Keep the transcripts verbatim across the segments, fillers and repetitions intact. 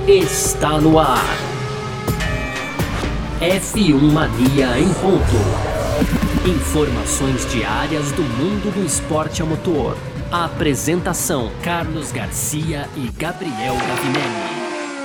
está no ar. F um Mania em ponto. Informações diárias do mundo do esporte a motor. A apresentação: Carlos Garcia e Gabriel Gavinelli.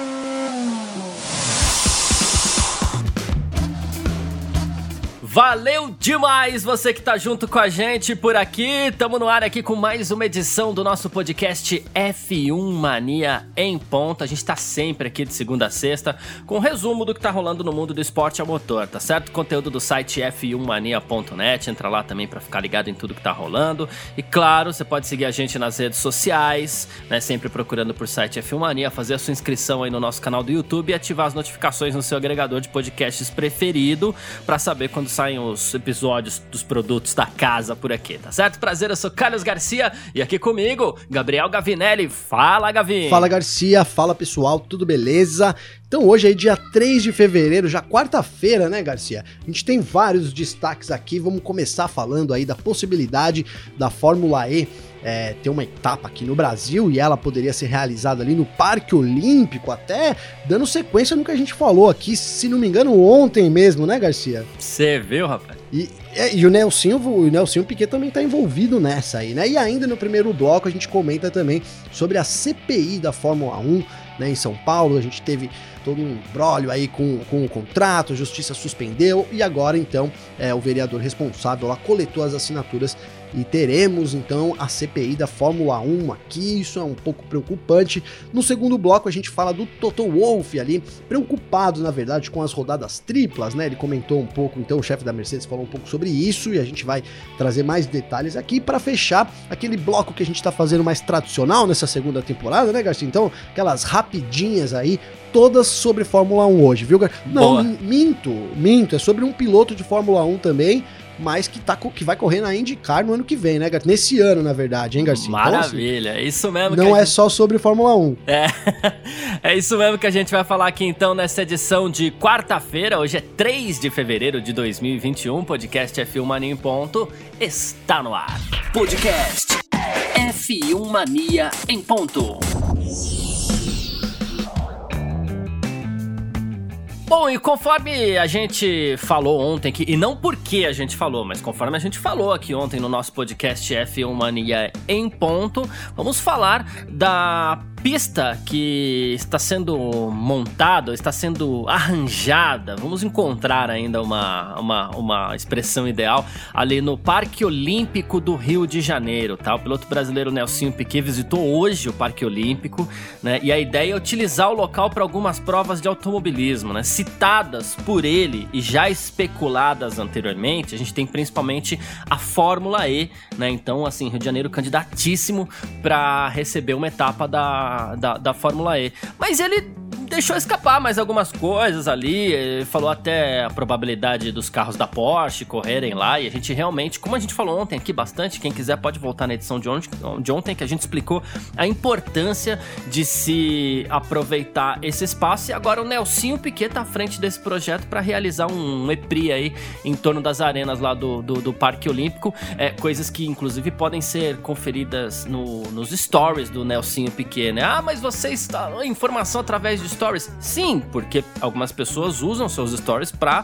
Valeu demais você que tá junto com a gente por aqui. Tamo no ar aqui com mais uma edição do nosso podcast F um Mania em ponto. A gente tá sempre aqui de segunda a sexta com um resumo do que tá rolando no mundo do esporte a motor, tá certo? Conteúdo do site f um mania ponto net, entra lá também pra ficar ligado em tudo que tá rolando. E claro, você pode seguir a gente nas redes sociais, né? Sempre procurando por site F um Mania, fazer a sua inscrição aí no nosso canal do YouTube e ativar as notificações no seu agregador de podcasts preferido pra saber quando sai os episódios dos produtos da casa por aqui, tá certo? Prazer, eu sou Carlos Garcia e aqui comigo, Gabriel Gavinelli. Fala, Gavi! Fala, Garcia. Fala, pessoal. Tudo beleza? Então hoje é dia três de fevereiro, já quarta-feira, né, Garcia? A gente tem vários destaques aqui. Vamos começar falando aí da possibilidade da Fórmula E É, ter uma etapa aqui no Brasil e ela poderia ser realizada ali no Parque Olímpico, até dando sequência no que a gente falou aqui, se não me engano, ontem mesmo, né, Garcia? Você viu, rapaz? E, e, e o Nelsinho, o Nelsinho Piquet também tá envolvido nessa aí, né? E ainda no primeiro bloco a gente comenta também sobre a C P I da Fórmula um, né, em São Paulo. A gente teve todo um imbróglio aí com, com o contrato, a justiça suspendeu e agora então é, o vereador responsável lá coletou as assinaturas e teremos então a C P I da Fórmula um aqui. Isso é um pouco preocupante. No segundo bloco a gente fala do Toto Wolff ali, preocupado na verdade com as rodadas triplas, né? Ele comentou um pouco, então o chefe da Mercedes falou um pouco sobre isso e a gente vai trazer mais detalhes aqui para fechar aquele bloco que a gente tá fazendo mais tradicional nessa segunda temporada, né, Garcia? Então aquelas rapidinhas aí, todas sobre Fórmula um hoje, viu, Garcia? Não, minto, minto, é sobre um piloto de Fórmula um também, mas que, tá, que vai correr na IndyCar no ano que vem, né, Garcia? Nesse ano, na verdade, hein, Garcia? Maravilha, então, assim, isso mesmo. Não que é gente... só sobre Fórmula um. É, é isso mesmo que a gente vai falar aqui, então, nessa edição de quarta-feira. Hoje é três de fevereiro de dois mil e vinte e um, podcast F um Mania em ponto, está no ar. Podcast F um Mania em ponto. Bom, e conforme a gente falou ontem aqui, e não porque a gente falou, mas conforme a gente falou aqui ontem no nosso podcast F um Mania em ponto, vamos falar da pista que está sendo montada, está sendo arranjada, vamos encontrar ainda uma, uma, uma expressão ideal, ali no Parque Olímpico do Rio de Janeiro, tá? O piloto brasileiro Nelsinho Piquet visitou hoje o Parque Olímpico, né? E a ideia é utilizar o local para algumas provas de automobilismo, né? Citadas por ele e já especuladas anteriormente, a gente tem principalmente a Fórmula E, né? Então, assim, Rio de Janeiro candidatíssimo para receber uma etapa da Da, da Fórmula E, mas ele deixou escapar mais algumas coisas ali, ele falou até a probabilidade dos carros da Porsche correrem lá, e a gente realmente, como a gente falou ontem aqui bastante, quem quiser pode voltar na edição de ontem, de ontem que a gente explicou a importância de se aproveitar esse espaço, e agora o Nelsinho Piquet tá à frente desse projeto para realizar um E P R I aí em torno das arenas lá do, do, do Parque Olímpico, é, coisas que inclusive podem ser conferidas no, nos stories do Nelsinho Piquet, né? Ah, mas você está informação através de stories? Sim, porque algumas pessoas usam seus stories para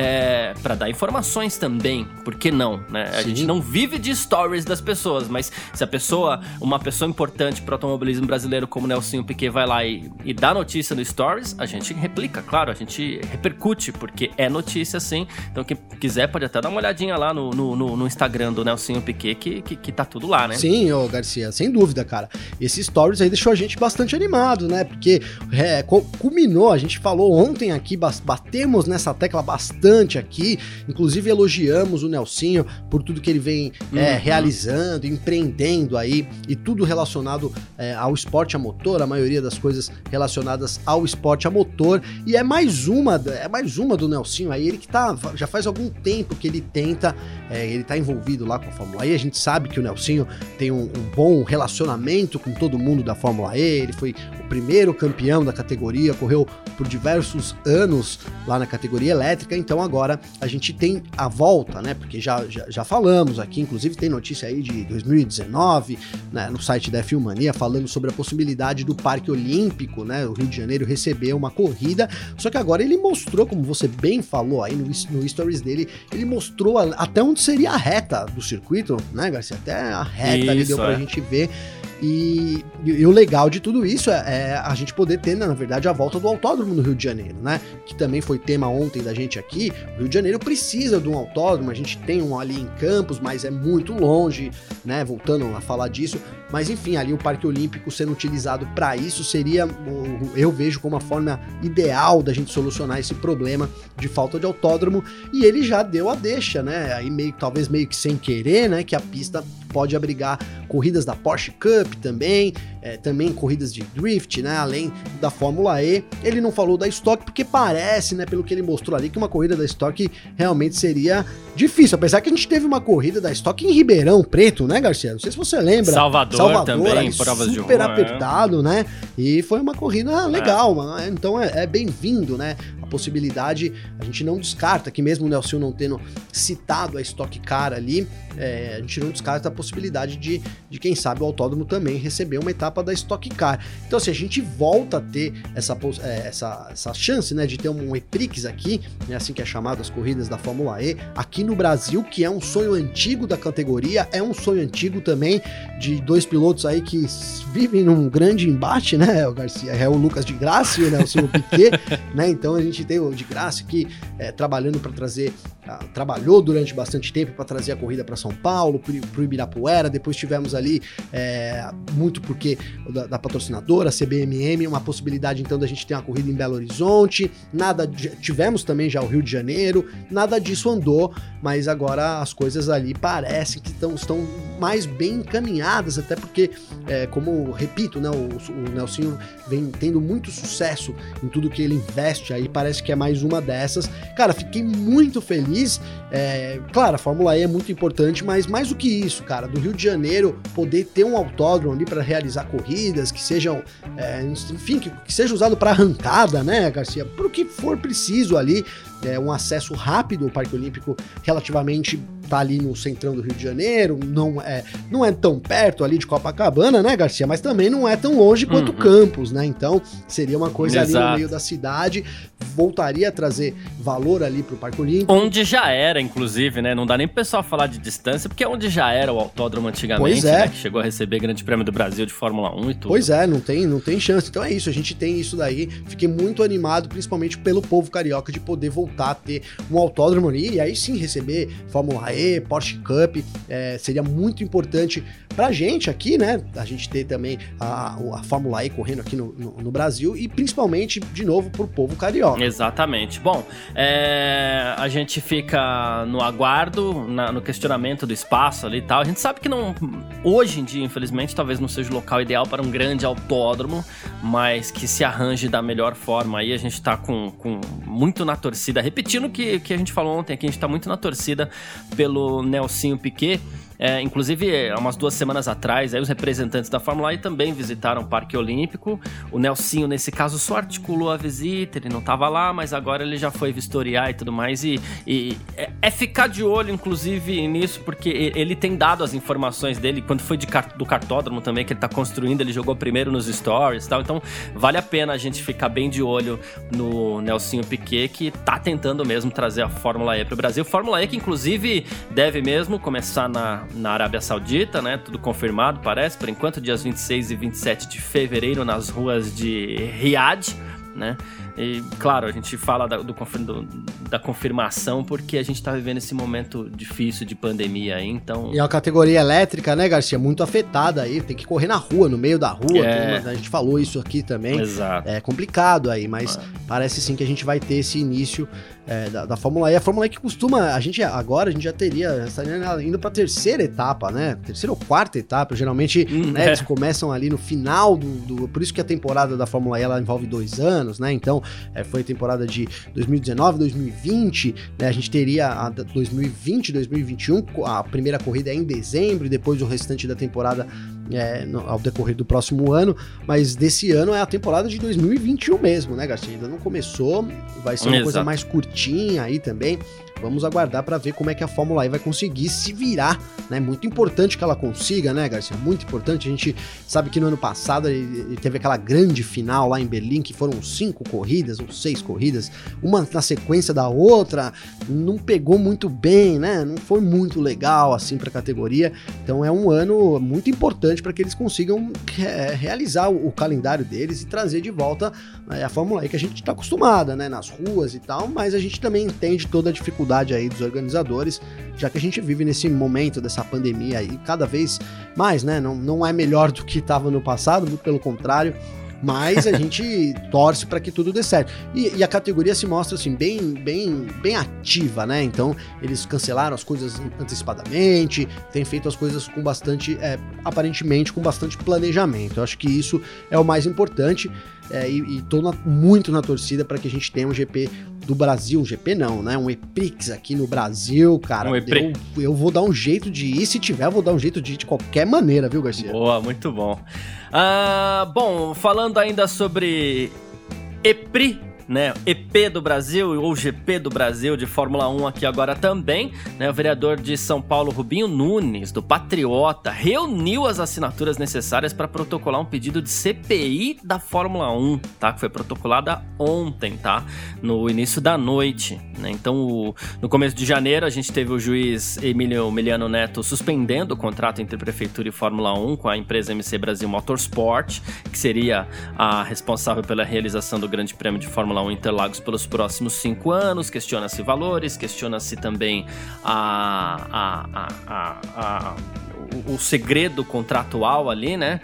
é, para dar informações também, por que não, né? A Sim. gente não vive de stories das pessoas, mas se a pessoa, uma pessoa importante para o automobilismo brasileiro como Nelsinho Piquet vai lá e, e dá notícia no stories, a gente replica, claro, a gente repercute, porque é notícia sim. Então quem quiser pode até dar uma olhadinha lá no, no, no Instagram do Nelsinho Piquet, que, que, que tá tudo lá, né? Sim, ô Garcia, sem dúvida, cara. Esse stories aí deixou a gente bastante animado, né? Porque é, culminou, a gente falou ontem aqui, batemos nessa tecla bastante aqui, inclusive elogiamos o Nelsinho por tudo que ele vem uhum. é, realizando, empreendendo aí, e tudo relacionado é, ao esporte a motor, a maioria das coisas relacionadas ao esporte a motor, e é mais uma, é mais uma do Nelsinho aí, ele que tá, já faz algum tempo que ele tenta, é, ele tá envolvido lá com a Fórmula E, a gente sabe que o Nelsinho tem um, um bom relacionamento com todo mundo da Fórmula E, ele foi o primeiro campeão da categoria categoria, correu por diversos anos lá na categoria elétrica, então agora a gente tem a volta, né? Porque já, já, já falamos aqui, inclusive tem notícia aí de dois mil e dezenove, né, no site da F um Mania, falando sobre a possibilidade do Parque Olímpico, né, o Rio de Janeiro, receber uma corrida, só que agora ele mostrou, como você bem falou aí no, no stories dele, ele mostrou a, até onde seria a reta do circuito, né, Garcia? Até a reta Isso, ali deu pra é. gente ver. E, e o legal de tudo isso é, é a gente poder ter, na verdade, a volta do autódromo no Rio de Janeiro, né? Que também foi tema ontem da gente aqui. O Rio de Janeiro precisa de um autódromo, a gente tem um ali em Campos, mas é muito longe, né? Voltando a falar disso. Mas enfim, ali o Parque Olímpico sendo utilizado para isso seria, eu vejo como a forma ideal da gente solucionar esse problema de falta de autódromo. E ele já deu a deixa, né? Aí meio, talvez meio que sem querer, né? Que a pista pode abrigar corridas da Porsche Cup também, é, também corridas de drift, né, além da Fórmula E. Ele não falou da Stock porque parece, né, pelo que ele mostrou ali, que uma corrida da Stock realmente seria difícil, apesar que a gente teve uma corrida da Stock em Ribeirão Preto, né, Garcia? Não sei se você lembra. Salvador, Salvador também, ali, provas de rua. Super apertado, é. né, e foi uma corrida legal, é. então é, é bem-vindo, né, a possibilidade, a gente não descarta, que mesmo o Nelson não tendo citado a Stock Car ali, é, a gente não descarta a possibilidade de, de, quem sabe, o autódromo também receber uma etapa da Stock Car. Então, se assim, a gente volta a ter essa, essa, essa chance, né, de ter um E-Prix aqui, né, assim que é chamado as corridas da Fórmula E, aqui no Brasil, que é um sonho antigo da categoria, é um sonho antigo também de dois pilotos aí que vivem num grande embate, né, o Garcia, é o Lucas de Grassi e o Nelson Piquet, né, então a gente tem o de Grassi aqui é, trabalhando para trazer, uh, trabalhou durante bastante tempo para trazer a corrida para São Paulo, para o Ibirapuera, depois tivemos ali, é, muito porque da, da patrocinadora, C B M M, uma possibilidade então da gente ter uma corrida em Belo Horizonte, nada, tivemos também já o Rio de Janeiro, nada disso andou, mas agora as coisas ali parecem que tão, estão mais bem encaminhadas, até porque, é, como repito, né, o, o Nelsinho vem tendo muito sucesso em tudo que ele investe aí, parece que é mais uma dessas. Cara, fiquei muito feliz, é, claro, a Fórmula E é muito importante, mas mais do que isso, cara, do Rio de Janeiro poder ter um autódromo ali para realizar corridas que sejam, é, enfim, que, que seja usado para arrancada, né, Garcia, pro que for preciso ali, é, um acesso rápido ao Parque Olímpico relativamente tá ali no centrão do Rio de Janeiro, não é, não é tão perto ali de Copacabana, né, Garcia, mas também não é tão longe quanto uhum. Campos, né, então seria uma coisa Exato. ali no meio da cidade, voltaria a trazer valor ali pro Parque Olímpico. Onde já era, inclusive, né, não dá nem pro pessoal falar de distância, porque é onde já era o autódromo antigamente, pois é. né, que chegou a receber Grande Prêmio do Brasil de Fórmula um e tudo. Pois é, não tem, não tem chance, então é isso, a gente tem isso daí, fiquei muito animado, principalmente pelo povo carioca, de poder voltar a ter um autódromo ali, e aí sim receber Fórmula E, Porsche Cup, é, seria muito importante pra gente aqui, né, a gente ter também a, a Fórmula E correndo aqui no, no, no Brasil, e principalmente, de novo, pro povo carioca. Exatamente. Bom, é, a gente fica no aguardo, na, no questionamento do espaço ali e tal, a gente sabe que não, hoje em dia, infelizmente, talvez não seja o local ideal para um grande autódromo, mas que se arranje da melhor forma aí, a gente tá com, com muito na torcida, repetindo o que, que a gente falou ontem aqui, a gente tá muito na torcida pelo Nelsinho Piquet. É, inclusive, há umas duas semanas atrás, aí os representantes da Fórmula E também visitaram o Parque Olímpico. O Nelsinho, nesse caso, só articulou a visita, ele não estava lá, mas agora ele já foi vistoriar e tudo mais. E, e é, é ficar de olho, inclusive, nisso, porque ele tem dado as informações dele, quando foi de, do cartódromo também, que ele está construindo, ele jogou primeiro nos stories e tal. Então, vale a pena a gente ficar bem de olho no Nelsinho Piquet, que está tentando mesmo trazer a Fórmula E para o Brasil. Fórmula E que, inclusive, deve mesmo começar na... na Arábia Saudita, né? Tudo confirmado, parece, por enquanto, dias vinte e seis e vinte e sete de fevereiro, nas ruas de Riad, né? E, claro, a gente fala da, do, do, da confirmação porque a gente tá vivendo esse momento difícil de pandemia aí, então... E a categoria elétrica, né, Garcia, muito afetada aí, tem que correr na rua, no meio da rua, é. uma, a gente falou isso aqui também. Exato. É complicado aí, mas é. parece sim que a gente vai ter esse início é, da, da Fórmula E. A Fórmula E que costuma, a gente agora, a gente já teria, estaria indo pra terceira etapa, né, terceira ou quarta etapa, geralmente, hum, né, é. eles começam ali no final do, do... Por isso que a temporada da Fórmula E, ela envolve dois anos, né, então Então, é, foi a temporada de dois mil e dezenove, dois mil e vinte, né? A gente teria a dois mil e vinte, dois mil e vinte e um, a primeira corrida é em dezembro, e depois o restante da temporada é, no, ao decorrer do próximo ano, mas desse ano é a temporada de dois mil e vinte e um mesmo, né, Garcia? Ainda não começou, vai ser uma Exato. coisa mais curtinha aí também. Vamos aguardar para ver como é que a Fórmula E vai conseguir se virar, né? Muito importante que ela consiga, né, Garcia? Muito importante. A gente sabe que no ano passado ele teve aquela grande final lá em Berlim, que foram cinco corridas, ou seis corridas, uma na sequência da outra, não pegou muito bem, né? Não foi muito legal, assim, para a categoria. Então é um ano muito importante para que eles consigam é, realizar o, o calendário deles e trazer de volta é, a Fórmula E que a gente está acostumada, né? Nas ruas e tal, mas a gente também entende toda a dificuldade aí dos organizadores, já que a gente vive nesse momento dessa pandemia aí, cada vez mais, né, não, não é melhor do que estava no passado, muito pelo contrário, mas a gente torce para que tudo dê certo. E, e a categoria se mostra assim, bem, bem, bem ativa, né? Então, eles cancelaram as coisas antecipadamente, têm feito as coisas com bastante, é, aparentemente, com bastante planejamento. Eu acho que isso é o mais importante. É, e, e tô na, muito na torcida para que a gente tenha um G P do Brasil, um G P não, né? Um E-Prix aqui no Brasil, cara. Um eu, eu vou dar um jeito de ir, se tiver, eu vou dar um jeito de ir de qualquer maneira, viu, Garcia? Boa, muito bom. Ah, bom, falando ainda sobre E-Prix, né, E P do Brasil ou G P do Brasil de Fórmula um aqui agora também, né, o vereador de São Paulo, Rubinho Nunes, do Patriota, reuniu as assinaturas necessárias para protocolar um pedido de C P I da Fórmula um, tá, que foi protocolada ontem, tá, no início da noite, né, então o, no começo de janeiro a gente teve o juiz Emílio Emiliano Neto suspendendo o contrato entre Prefeitura e Fórmula um com a empresa M C Brasil Motorsport, que seria a responsável pela realização do Grande Prêmio de Fórmula um Interlagos pelos próximos cinco anos, questiona-se valores, questiona-se também a, a, a, a, a, o, o segredo contratual ali, né?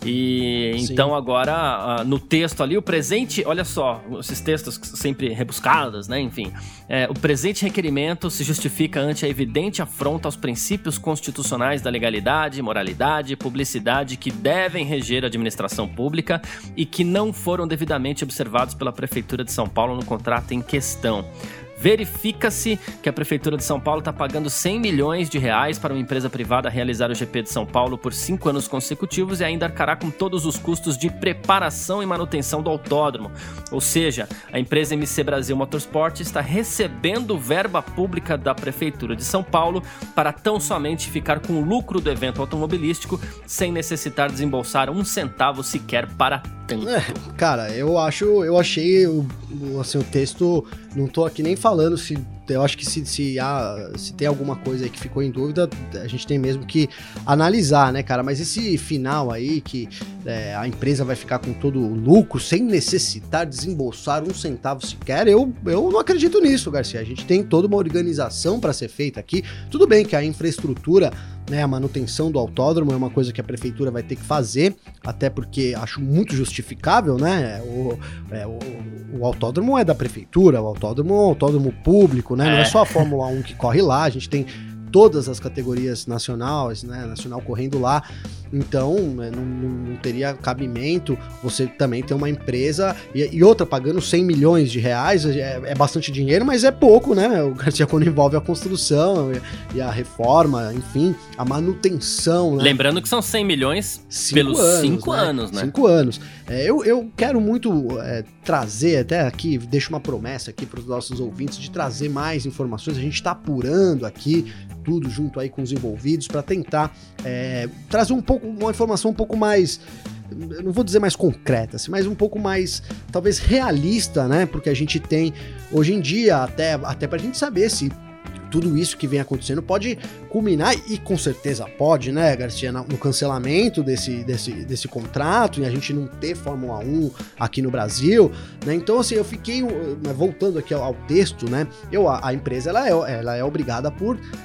E Sim. Então agora, no texto ali, o presente, olha só, esses textos sempre rebuscados, né? Enfim, é, o presente requerimento se justifica ante a evidente afronta aos princípios constitucionais da legalidade, moralidade e publicidade que devem reger a administração pública e que não foram devidamente observados pela Prefeitura de São Paulo no contrato em questão. Verifica-se que a Prefeitura de São Paulo está pagando cem milhões de reais para uma empresa privada realizar o G P de São Paulo por cinco anos consecutivos e ainda arcará com todos os custos de preparação e manutenção do autódromo. Ou seja, a empresa M C Brasil Motorsport está recebendo verba pública da Prefeitura de São Paulo para tão somente ficar com o lucro do evento automobilístico sem necessitar desembolsar um centavo sequer para tanto. É, cara, eu acho, eu achei o, assim, o texto, não tô aqui nem falando se, eu acho que se, se, há, se tem alguma coisa aí que ficou em dúvida, a gente tem mesmo que analisar, né, cara, mas esse final aí que é, a empresa vai ficar com todo o lucro sem necessitar desembolsar um centavo sequer, eu, eu não acredito nisso, Garcia. A gente tem toda uma organização para ser feita aqui, tudo bem que a infraestrutura, né, a manutenção do autódromo é uma coisa que a prefeitura vai ter que fazer, até porque acho muito justificável, né, o, é, o, o autódromo é da prefeitura, o autódromo é um autódromo público, né, é. Não é só a Fórmula um que corre lá, a gente tem todas as categorias nacionais, né, nacional correndo lá, então não, não teria cabimento você também ter uma empresa e, e outra pagando cem milhões de reais, é, é bastante dinheiro, mas é pouco, né, o Garcia, quando envolve a construção e, e a reforma, enfim, a manutenção, né? Lembrando que são cem milhões cinco pelos anos, cinco né? anos, né? Cinco anos. É, eu, eu quero muito é, trazer, até aqui, deixo uma promessa aqui para os nossos ouvintes de trazer mais informações, a gente está apurando aqui tudo junto aí com os envolvidos para tentar é, trazer um pouco, uma informação um pouco mais, eu não vou dizer mais concreta, mas um pouco mais, talvez realista, né? Porque a gente tem, hoje em dia, até, até pra gente saber se tudo isso que vem acontecendo pode culminar, e com certeza pode, né, Garcia, no cancelamento desse, desse, desse contrato e a gente não ter Fórmula um aqui no Brasil, né? Então, assim, eu fiquei, voltando aqui ao, ao texto, né, eu, a, a empresa, ela é, ela é obrigada por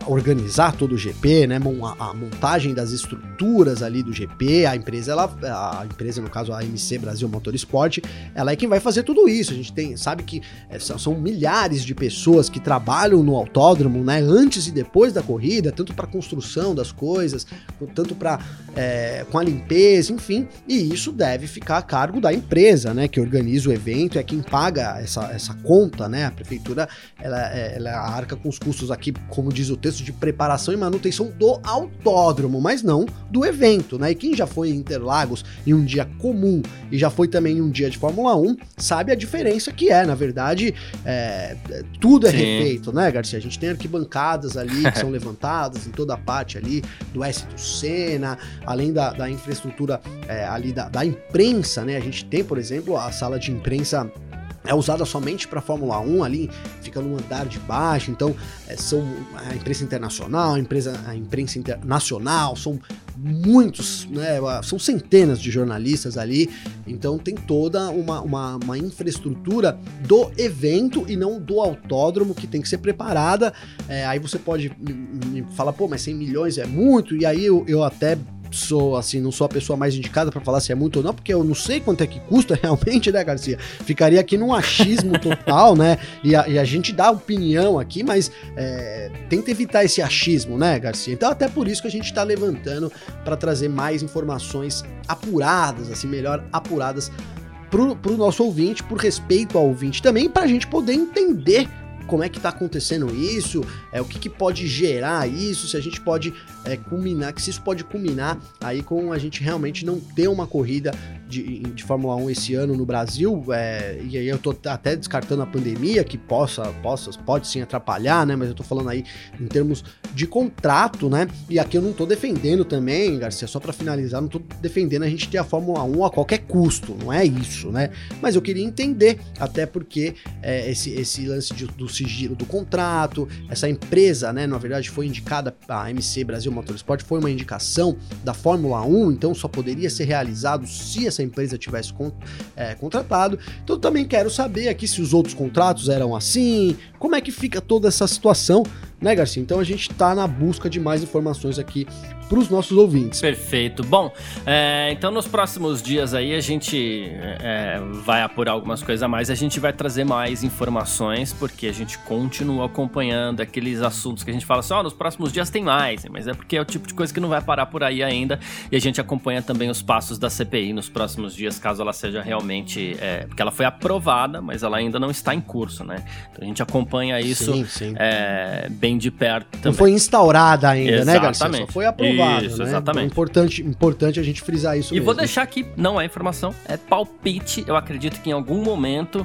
organizar todo o G P, né, a, a montagem das estruturas ali do G P, a empresa, ela, a empresa, no caso a A M C Brasil Motorsport, ela é quem vai fazer tudo isso. A gente tem, sabe que é, são, são milhares de pessoas que trabalham no autódromo, né, antes e depois da corrida, tanto para construção das coisas, tanto para é, com a limpeza, enfim, e isso deve ficar a cargo da empresa, né, que organiza o evento, é quem paga essa, essa conta, né, a prefeitura, ela, ela arca com os custos aqui, como diz o texto, de preparação e manutenção do autódromo, mas não do evento, né? E quem já foi em Interlagos em um dia comum e já foi também em um dia de Fórmula um, sabe a diferença que é, na verdade, é, tudo é Sim. refeito, né, Garcia? A gente tem arquibancadas ali que são levantadas em toda a parte ali do S do Senna, além da, da infraestrutura é, ali da, da imprensa, né? A gente tem, por exemplo, a sala de imprensa é usada somente para Fórmula um, ali fica no andar de baixo, então é, são a imprensa internacional, a, empresa, a imprensa internacional, são muitos, né, são centenas de jornalistas ali, então tem toda uma, uma, uma infraestrutura do evento e não do autódromo que tem que ser preparada. É, aí você pode me falar, pô, mas cem milhões é muito, e aí eu, eu até sou, assim, não sou a pessoa mais indicada pra falar se é muito ou não, porque eu não sei quanto é que custa realmente, né, Garcia? Ficaria aqui num achismo total, né? E a, e a gente dá opinião aqui, mas é, tenta evitar esse achismo, né, Garcia? Então, até por isso que a gente tá levantando para trazer mais informações apuradas, assim, melhor apuradas pro, pro nosso ouvinte, por respeito ao ouvinte também, pra gente poder entender como é que tá acontecendo isso, é, o que, que pode gerar isso, se a gente pode é, culminar, que se isso pode culminar aí com a gente realmente não ter uma corrida de, de Fórmula um esse ano no Brasil, é, e aí eu tô até descartando a pandemia, que possa, possa, pode sim atrapalhar, né, mas eu tô falando aí em termos de contrato, né, e aqui eu não tô defendendo também, Garcia, só pra finalizar, não tô defendendo a gente ter a Fórmula um a qualquer custo, não é isso, né, mas eu queria entender, até porque é, esse, esse lance de, do sigilo do contrato, essa empresa, né, na verdade foi indicada, a A M C Brasil Motorsport foi uma indicação da Fórmula um, então só poderia ser realizado se essa empresa tivesse con- é, contratado. Então eu também quero saber aqui se os outros contratos eram assim, como é que fica toda essa situação, né, Garcia? Então a gente tá na busca de mais informações aqui para os nossos ouvintes. Perfeito. Bom, é, então nos próximos dias aí a gente é, vai apurar algumas coisas a mais, a gente vai trazer mais informações, porque a gente continua acompanhando aqueles assuntos que a gente fala assim, ó, oh, nos próximos dias tem mais, mas é porque é o tipo de coisa que não vai parar por aí ainda, e a gente acompanha também os passos da C P I nos próximos dias, caso ela seja realmente, é, porque ela foi aprovada, mas ela ainda não está em curso, né? Então a gente acompanha isso sim, sim. É, bem de perto também. Não foi instaurada ainda, Exatamente. Né, Garcia? Só foi aprovada. Isso, né? Exatamente. Então, importante, importante a gente frisar isso e mesmo. vou deixar aqui, não é informação, é palpite. Eu acredito que em algum momento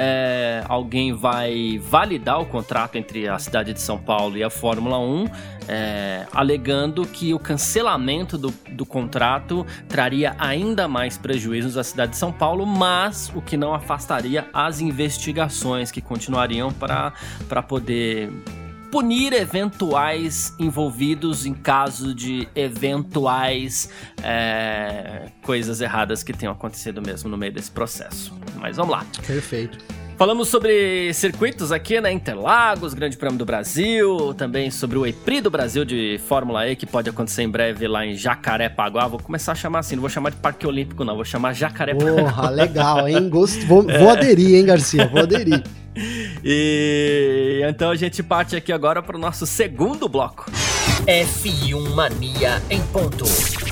é, alguém vai validar o contrato entre a cidade de São Paulo e a Fórmula um, é, alegando que o cancelamento do, do contrato traria ainda mais prejuízos à cidade de São Paulo, mas o que não afastaria as investigações que continuariam para para poder punir eventuais envolvidos em caso de eventuais é, coisas erradas que tenham acontecido mesmo no meio desse processo. Mas vamos lá. Perfeito. Falamos sobre circuitos aqui, né? Interlagos, Grande Prêmio do Brasil, também sobre o E-Prix do Brasil de Fórmula E, que pode acontecer em breve lá em Jacarepaguá. Vou começar a chamar assim, não vou chamar de Parque Olímpico não, vou chamar Jacarepaguá. Porra, legal, hein? Gosto, vou, é. vou aderir, hein, Garcia? Vou aderir. E então a gente parte aqui agora para o nosso segundo bloco. F um Mania em ponto.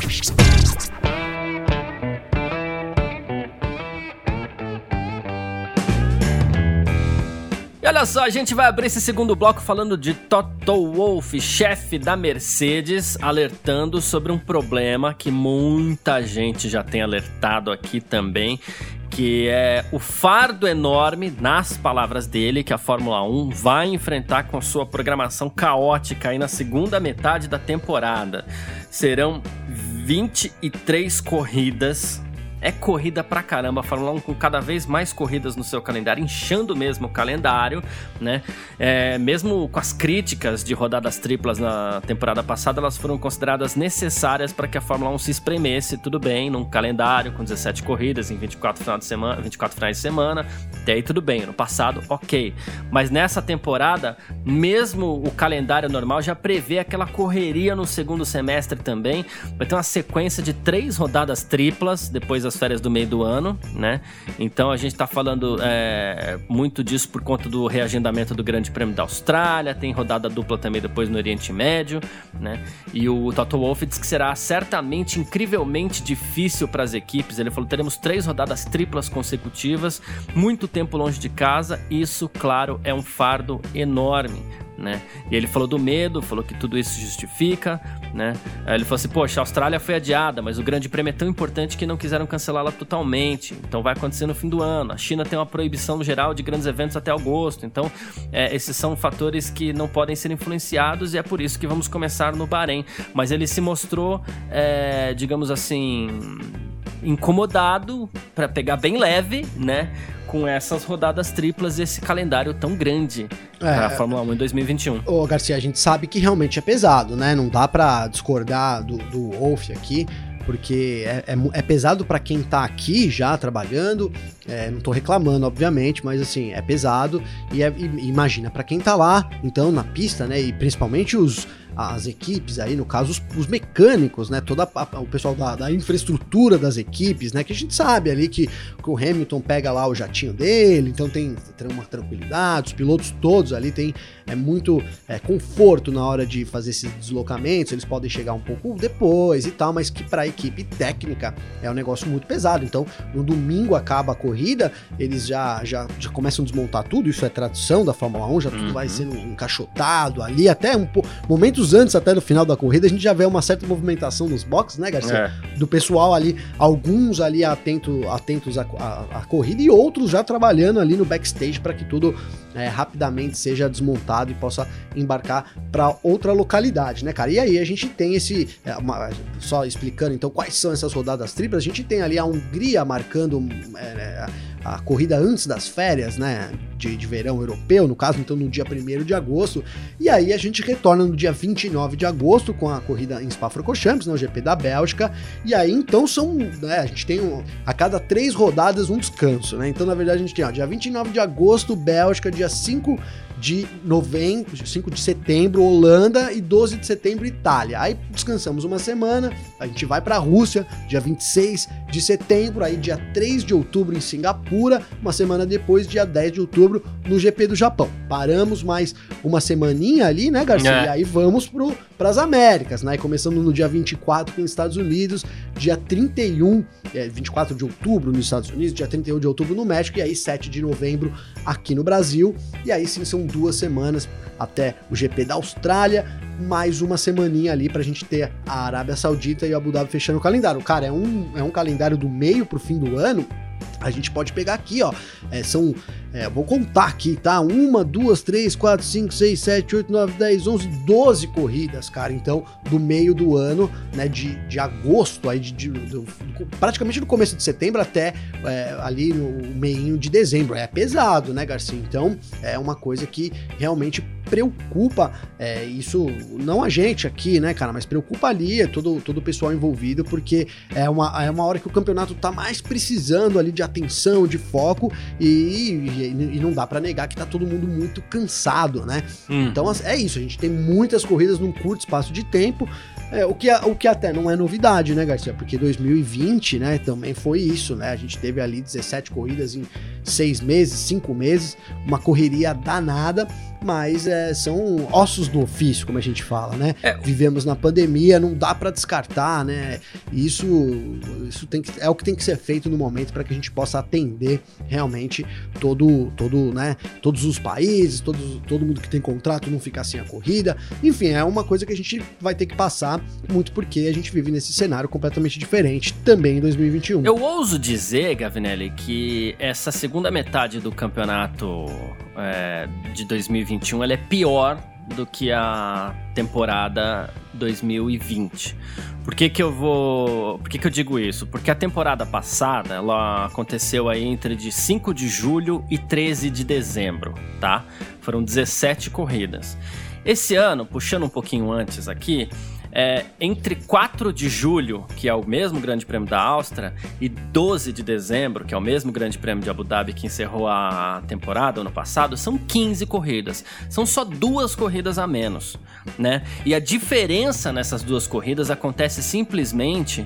E olha só, a gente vai abrir esse segundo bloco falando de Toto Wolff, chefe da Mercedes, alertando sobre um problema que muita gente já tem alertado aqui também, que é o fardo enorme, nas palavras dele, que a Fórmula um vai enfrentar com sua programação caótica aí na segunda metade da temporada. Serão vinte e três corridas é corrida pra caramba, a Fórmula um com cada vez mais corridas no seu calendário, inchando mesmo o calendário, né? É, mesmo com as críticas de rodadas triplas na temporada passada, elas foram consideradas necessárias para que a Fórmula um se espremesse, tudo bem, num calendário com dezessete corridas em vinte e quatro finais de semana, vinte e quatro finais de semana, até aí tudo bem, no passado, ok. Mas nessa temporada, mesmo o calendário normal já prevê aquela correria no segundo semestre também, vai ter uma sequência de três rodadas triplas, depois das férias do meio do ano, né? Então a gente tá falando é, muito disso por conta do reagendamento do Grande Prêmio da Austrália, tem rodada dupla também depois no Oriente Médio, né? E o Toto Wolff diz que será certamente incrivelmente difícil para as equipes. Ele falou, teremos três rodadas triplas consecutivas, muito tempo longe de casa, isso, claro, é um fardo enorme, né? E ele falou do medo, falou que tudo isso justifica, né? Aí ele falou assim, poxa, a Austrália foi adiada, mas o Grande Prêmio é tão importante que não quiseram cancelá-la totalmente, então vai acontecer no fim do ano. A China tem uma proibição no geral de grandes eventos até agosto, então é, esses são fatores que não podem ser influenciados e é por isso que vamos começar no Bahrein. Mas ele se mostrou, é, digamos assim, incomodado, para pegar bem leve, né? Com essas rodadas triplas e esse calendário tão grande é, para a Fórmula um em dois mil e vinte e um. Ô, Garcia, a gente sabe que realmente é pesado, né? Não dá para discordar do, do Wolff aqui, porque é, é, é pesado para quem tá aqui já trabalhando, é, não tô reclamando, obviamente, mas assim, é pesado e, é, e imagina, para quem tá lá, então, na pista, né, e principalmente os as equipes aí, no caso, os, os mecânicos, né, toda a, o pessoal da, da infraestrutura das equipes, né, que a gente sabe ali que, que o Hamilton pega lá o jatinho dele, então tem, tem uma tranquilidade, os pilotos todos ali tem é, muito é, conforto na hora de fazer esses deslocamentos, eles podem chegar um pouco depois e tal, mas que para a equipe técnica é um negócio muito pesado. Então, no domingo acaba a corrida, eles já, já, já começam a desmontar tudo, isso é tradição da Fórmula um, já tudo uhum. vai sendo encaixotado ali, até um pouco, momentos antes até do final da corrida, a gente já vê uma certa movimentação nos boxes, né, Garcia? É. Do pessoal ali, alguns ali atento, atentos à, à, à corrida e outros já trabalhando ali no backstage para que tudo é, rapidamente seja desmontado e possa embarcar para outra localidade, né, cara? E aí a gente tem esse, é, uma, só explicando então quais são essas rodadas triplas, a gente tem ali a Hungria marcando é, a corrida antes das férias, né, de, de verão europeu, no caso, então no dia primeiro de agosto, e aí a gente retorna no dia vinte e nove de agosto com a corrida em Spa-Francorchamps, né, o G P da Bélgica, e aí então são, né, a gente tem um, a cada três rodadas um descanso, né, então na verdade a gente tem, ó, dia vinte e nove de agosto, Bélgica, dia cinco de novembro, cinco de setembro, Holanda, e doze de setembro, Itália. Aí descansamos uma semana, a gente vai para a Rússia, dia vinte e seis de setembro, aí dia três de outubro em Singapura, uma semana depois, dia dez de outubro, no G P do Japão. Paramos mais uma semaninha ali, né, Garcia? É. E aí vamos para as Américas, né? Começando no dia vinte e quatro com os Estados Unidos, dia trinta e um, é, vinte e quatro de outubro nos Estados Unidos, dia trinta e um de outubro no México, e aí sete de novembro aqui no Brasil, e aí sim são duas semanas até o G P da Austrália, mais uma semaninha ali pra gente ter a Arábia Saudita e o Abu Dhabi fechando o calendário. Cara, é um, é um calendário do meio pro fim do ano. A gente pode pegar aqui, ó, é, são, é, vou contar aqui, tá? Uma, duas, três, quatro, cinco, seis, sete, oito, nove, dez, onze, doze corridas, cara. Então, do meio do ano, né, de, de agosto, aí de, de, de, praticamente no começo de setembro até é, ali no meinho de dezembro. É pesado, né, Garcia? Então, é uma coisa que realmente preocupa, é, isso, não a gente aqui, né, cara, mas preocupa ali, é todo, todo o pessoal envolvido, porque é uma, é uma hora que o campeonato tá mais precisando ali de atenção, de foco, e, e, e não dá pra negar que tá todo mundo muito cansado, né? Hum. Então é isso, a gente tem muitas corridas num curto espaço de tempo, é, o, que, o que até não é novidade, né, Garcia? Porque dois mil e vinte, né, também foi isso, né? A gente teve ali dezessete corridas em seis meses, cinco meses, uma correria danada, mas é, são ossos do ofício, como a gente fala, né? É. Vivemos na pandemia, não dá para descartar, né? Isso, isso tem que, é o que tem que ser feito no momento para que a gente possa atender realmente todo, todo, né? Todos os países, todos, todo mundo que tem contrato não ficar sem a corrida. Enfim, é uma coisa que a gente vai ter que passar, muito porque a gente vive nesse cenário completamente diferente também em dois mil e vinte e um. Eu ouso dizer, Gavinelli, que essa segunda metade do campeonato é, de dois mil e vinte e um ela é pior do que a temporada dois mil e vinte. Por que que eu vou... Por que que eu digo isso? Porque a temporada passada, ela aconteceu aí entre de cinco de julho e treze de dezembro, tá? Foram dezessete corridas. Esse ano, puxando um pouquinho antes aqui, é, entre quatro de julho, que é o mesmo Grande Prêmio da Áustria, e doze de dezembro, que é o mesmo Grande Prêmio de Abu Dhabi que encerrou a temporada ano passado, são quinze corridas. São só duas corridas a menos, né? E a diferença nessas duas corridas acontece simplesmente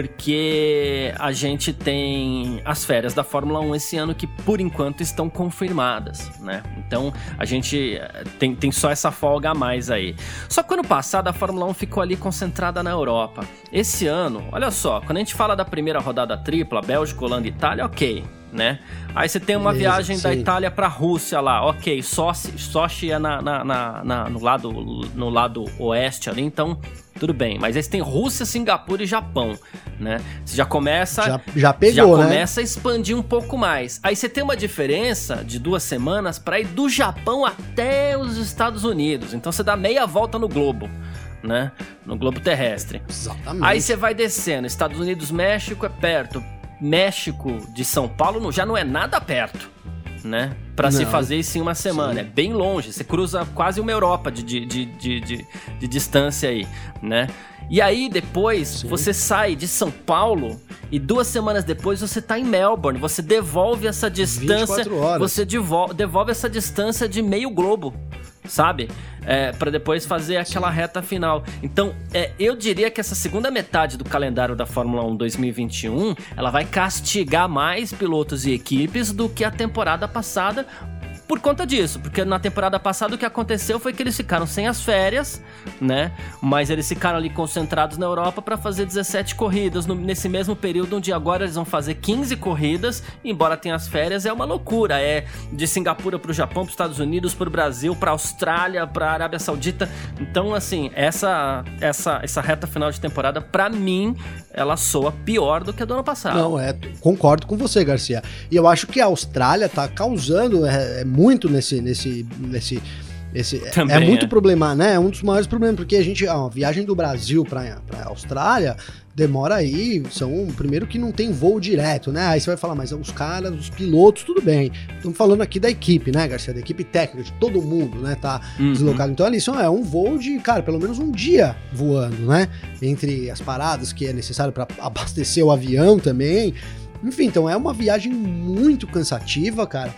porque a gente tem as férias da Fórmula um esse ano que, por enquanto, estão confirmadas, né? Então, a gente tem, tem só essa folga a mais aí. Só que ano passado a Fórmula um ficou ali concentrada na Europa. Esse ano, olha só, quando a gente fala da primeira rodada tripla, Bélgica, Holanda e Itália, ok, né? Aí você tem uma Beleza, viagem sim. da Itália pra Rússia lá, ok, Sochi, Sochi é na, na, na, na, no, lado, no lado oeste ali, então tudo bem. Mas aí você tem Rússia, Singapura e Japão, né? Você já começa... Já, já pegou, já né? começa a expandir um pouco mais. Aí você tem uma diferença de duas semanas pra ir do Japão até os Estados Unidos. Então você dá meia volta no globo, né? No globo terrestre. Exatamente. Aí você vai descendo. Estados Unidos, México é perto. México de São Paulo já não é nada perto, né? Pra não. se fazer isso em uma semana. Sim. É bem longe. Você cruza quase uma Europa de, de, de, de, de, de distância aí, né? E aí depois Sim. você sai de São Paulo e duas semanas depois você tá em Melbourne. Você devolve essa distância. vinte e quatro horas. Você devolve, devolve essa distância de meio globo, sabe? É, para depois fazer aquela Sim. reta final. Então, é, eu diria que essa segunda metade do calendário da Fórmula um dois mil e vinte e um, ela vai castigar mais pilotos e equipes do que a temporada passada, por conta disso, porque na temporada passada o que aconteceu foi que eles ficaram sem as férias, né? Mas eles ficaram ali concentrados na Europa para fazer dezessete corridas no, nesse mesmo período, onde agora eles vão fazer quinze corridas, embora tenha as férias, é uma loucura. É de Singapura pro Japão, pros Estados Unidos, pro Brasil, pra Austrália, pra Arábia Saudita. Então, assim, essa, essa, essa reta final de temporada, pra mim, ela soa pior do que a do ano passado. Não, é, concordo com você, Garcia. E eu acho que a Austrália tá causando é, é muito nesse, nesse, nesse, nesse Também, é muito é. problemático, né? É um dos maiores problemas, porque a gente, a viagem do Brasil pra, pra Austrália demora aí, são, primeiro que não tem voo direto, né? Aí você vai falar, mas os caras, os pilotos, tudo bem. Estamos falando aqui da equipe, né, Garcia? Da equipe técnica, de todo mundo, né? Tá uhum. deslocado. Então ali, isso é um voo de, cara, pelo menos um dia voando, né? Entre as paradas que é necessário para abastecer o avião também. Enfim, então é uma viagem muito cansativa, cara.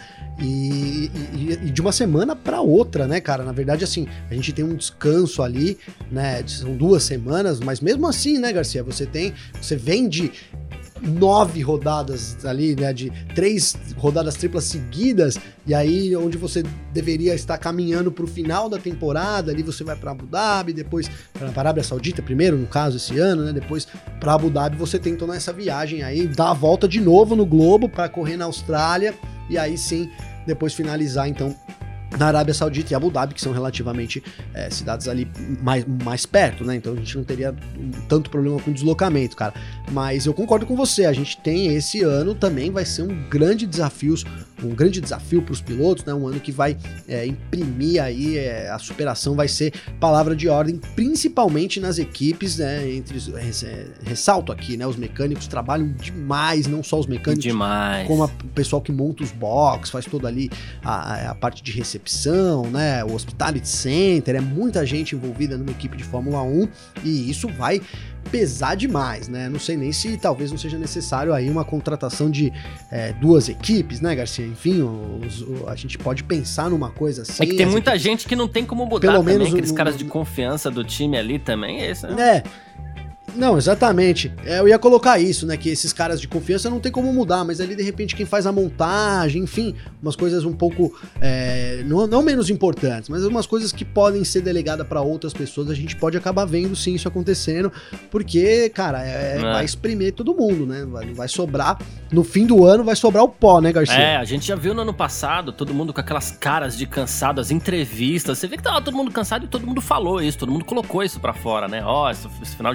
E, e, e de uma semana para outra, né, cara? Na verdade, assim, a gente tem um descanso ali, né? São duas semanas, mas mesmo assim, né, Garcia? Você tem, você vem de nove rodadas ali, né? De três rodadas triplas seguidas, e aí onde você deveria estar caminhando para o final da temporada, ali você vai para Abu Dhabi, depois para a Arábia Saudita, primeiro, no caso, esse ano, né? Depois para Abu Dhabi você tem toda essa viagem aí, dá a volta de novo no globo para correr na Austrália. E aí sim, depois finalizar então na Arábia Saudita e Abu Dhabi, que são relativamente é, cidades ali mais, mais perto, né? Então a gente não teria tanto problema com deslocamento, cara. Mas eu concordo com você, a gente tem esse ano também, vai ser um grande desafio, um grande desafio para os pilotos, né? Um ano que vai é, imprimir aí, é, a superação vai ser palavra de ordem, principalmente nas equipes, né? Entre, é, ressalto aqui, né? Os mecânicos trabalham demais, não só os mecânicos, demais. como a, o pessoal que monta os box, faz toda ali a, a parte de recepção, né? O Hospitality Center, é muita gente envolvida numa equipe de Fórmula um e isso vai pesar demais, né? Não sei nem se talvez não seja necessário aí uma contratação de é, duas equipes, né, Garcia? Enfim, os, o, a gente pode pensar numa coisa assim. É que tem muita equipes, gente que não tem como mudar pelo também, menos aqueles um, caras de confiança do time ali também, é isso, né? É. Não, exatamente. Eu ia colocar isso, né? Que esses caras de confiança não tem como mudar, mas ali de repente quem faz a montagem, enfim, umas coisas um pouco é, não, não menos importantes, mas umas coisas que podem ser delegadas para outras pessoas, a gente pode acabar vendo sim isso acontecendo, porque, cara, é, é. vai espremer todo mundo, né? Vai, vai sobrar, no fim do ano vai sobrar o pó, né, Garcia? É, a gente já viu no ano passado todo mundo com aquelas caras de cansado, as entrevistas, você vê que tava todo mundo cansado e todo mundo falou isso, todo mundo colocou isso pra fora, né? Ó, oh, esse, esse final de. Sim.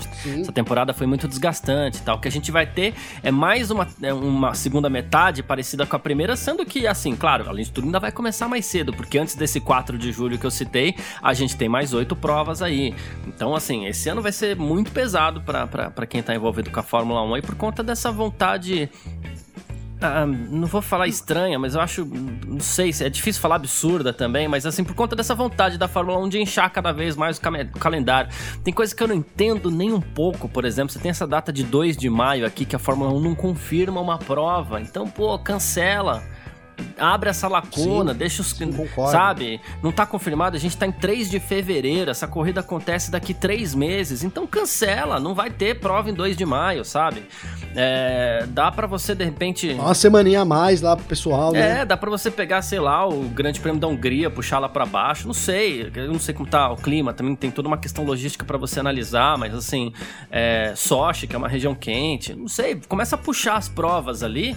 Essa temporada foi muito desgastante e tal. O que a gente vai ter é mais uma, uma segunda metade parecida com a primeira, sendo que, assim, claro, além de tudo, ainda vai começar mais cedo, porque antes desse quatro de julho que eu citei, a gente tem mais oito provas aí. Então, assim, esse ano vai ser muito pesado pra, pra, pra quem tá envolvido com a Fórmula um aí, por conta dessa vontade... Ah, não vou falar estranha, mas eu acho, não sei, é difícil falar absurda também, mas assim, por conta dessa vontade da Fórmula um de inchar cada vez mais o, cam- o calendário. Tem coisa que eu não entendo nem um pouco, por exemplo, você tem essa data de dois de maio aqui que a Fórmula um não confirma uma prova, então, pô, cancela. Abre essa lacuna, sim, deixa os... Sim, sabe? Não tá confirmado, a gente tá em três de fevereiro, essa corrida acontece daqui três meses, então cancela, não vai ter prova em dois de maio, sabe? É, dá pra você, de repente... Uma semaninha a mais lá pro pessoal, né? É, dá pra você pegar, sei lá, o Grande Prêmio da Hungria, puxar lá pra baixo, não sei, eu não sei como tá o clima, também tem toda uma questão logística pra você analisar, mas assim, é, Sochi, que é uma região quente, não sei, começa a puxar as provas ali,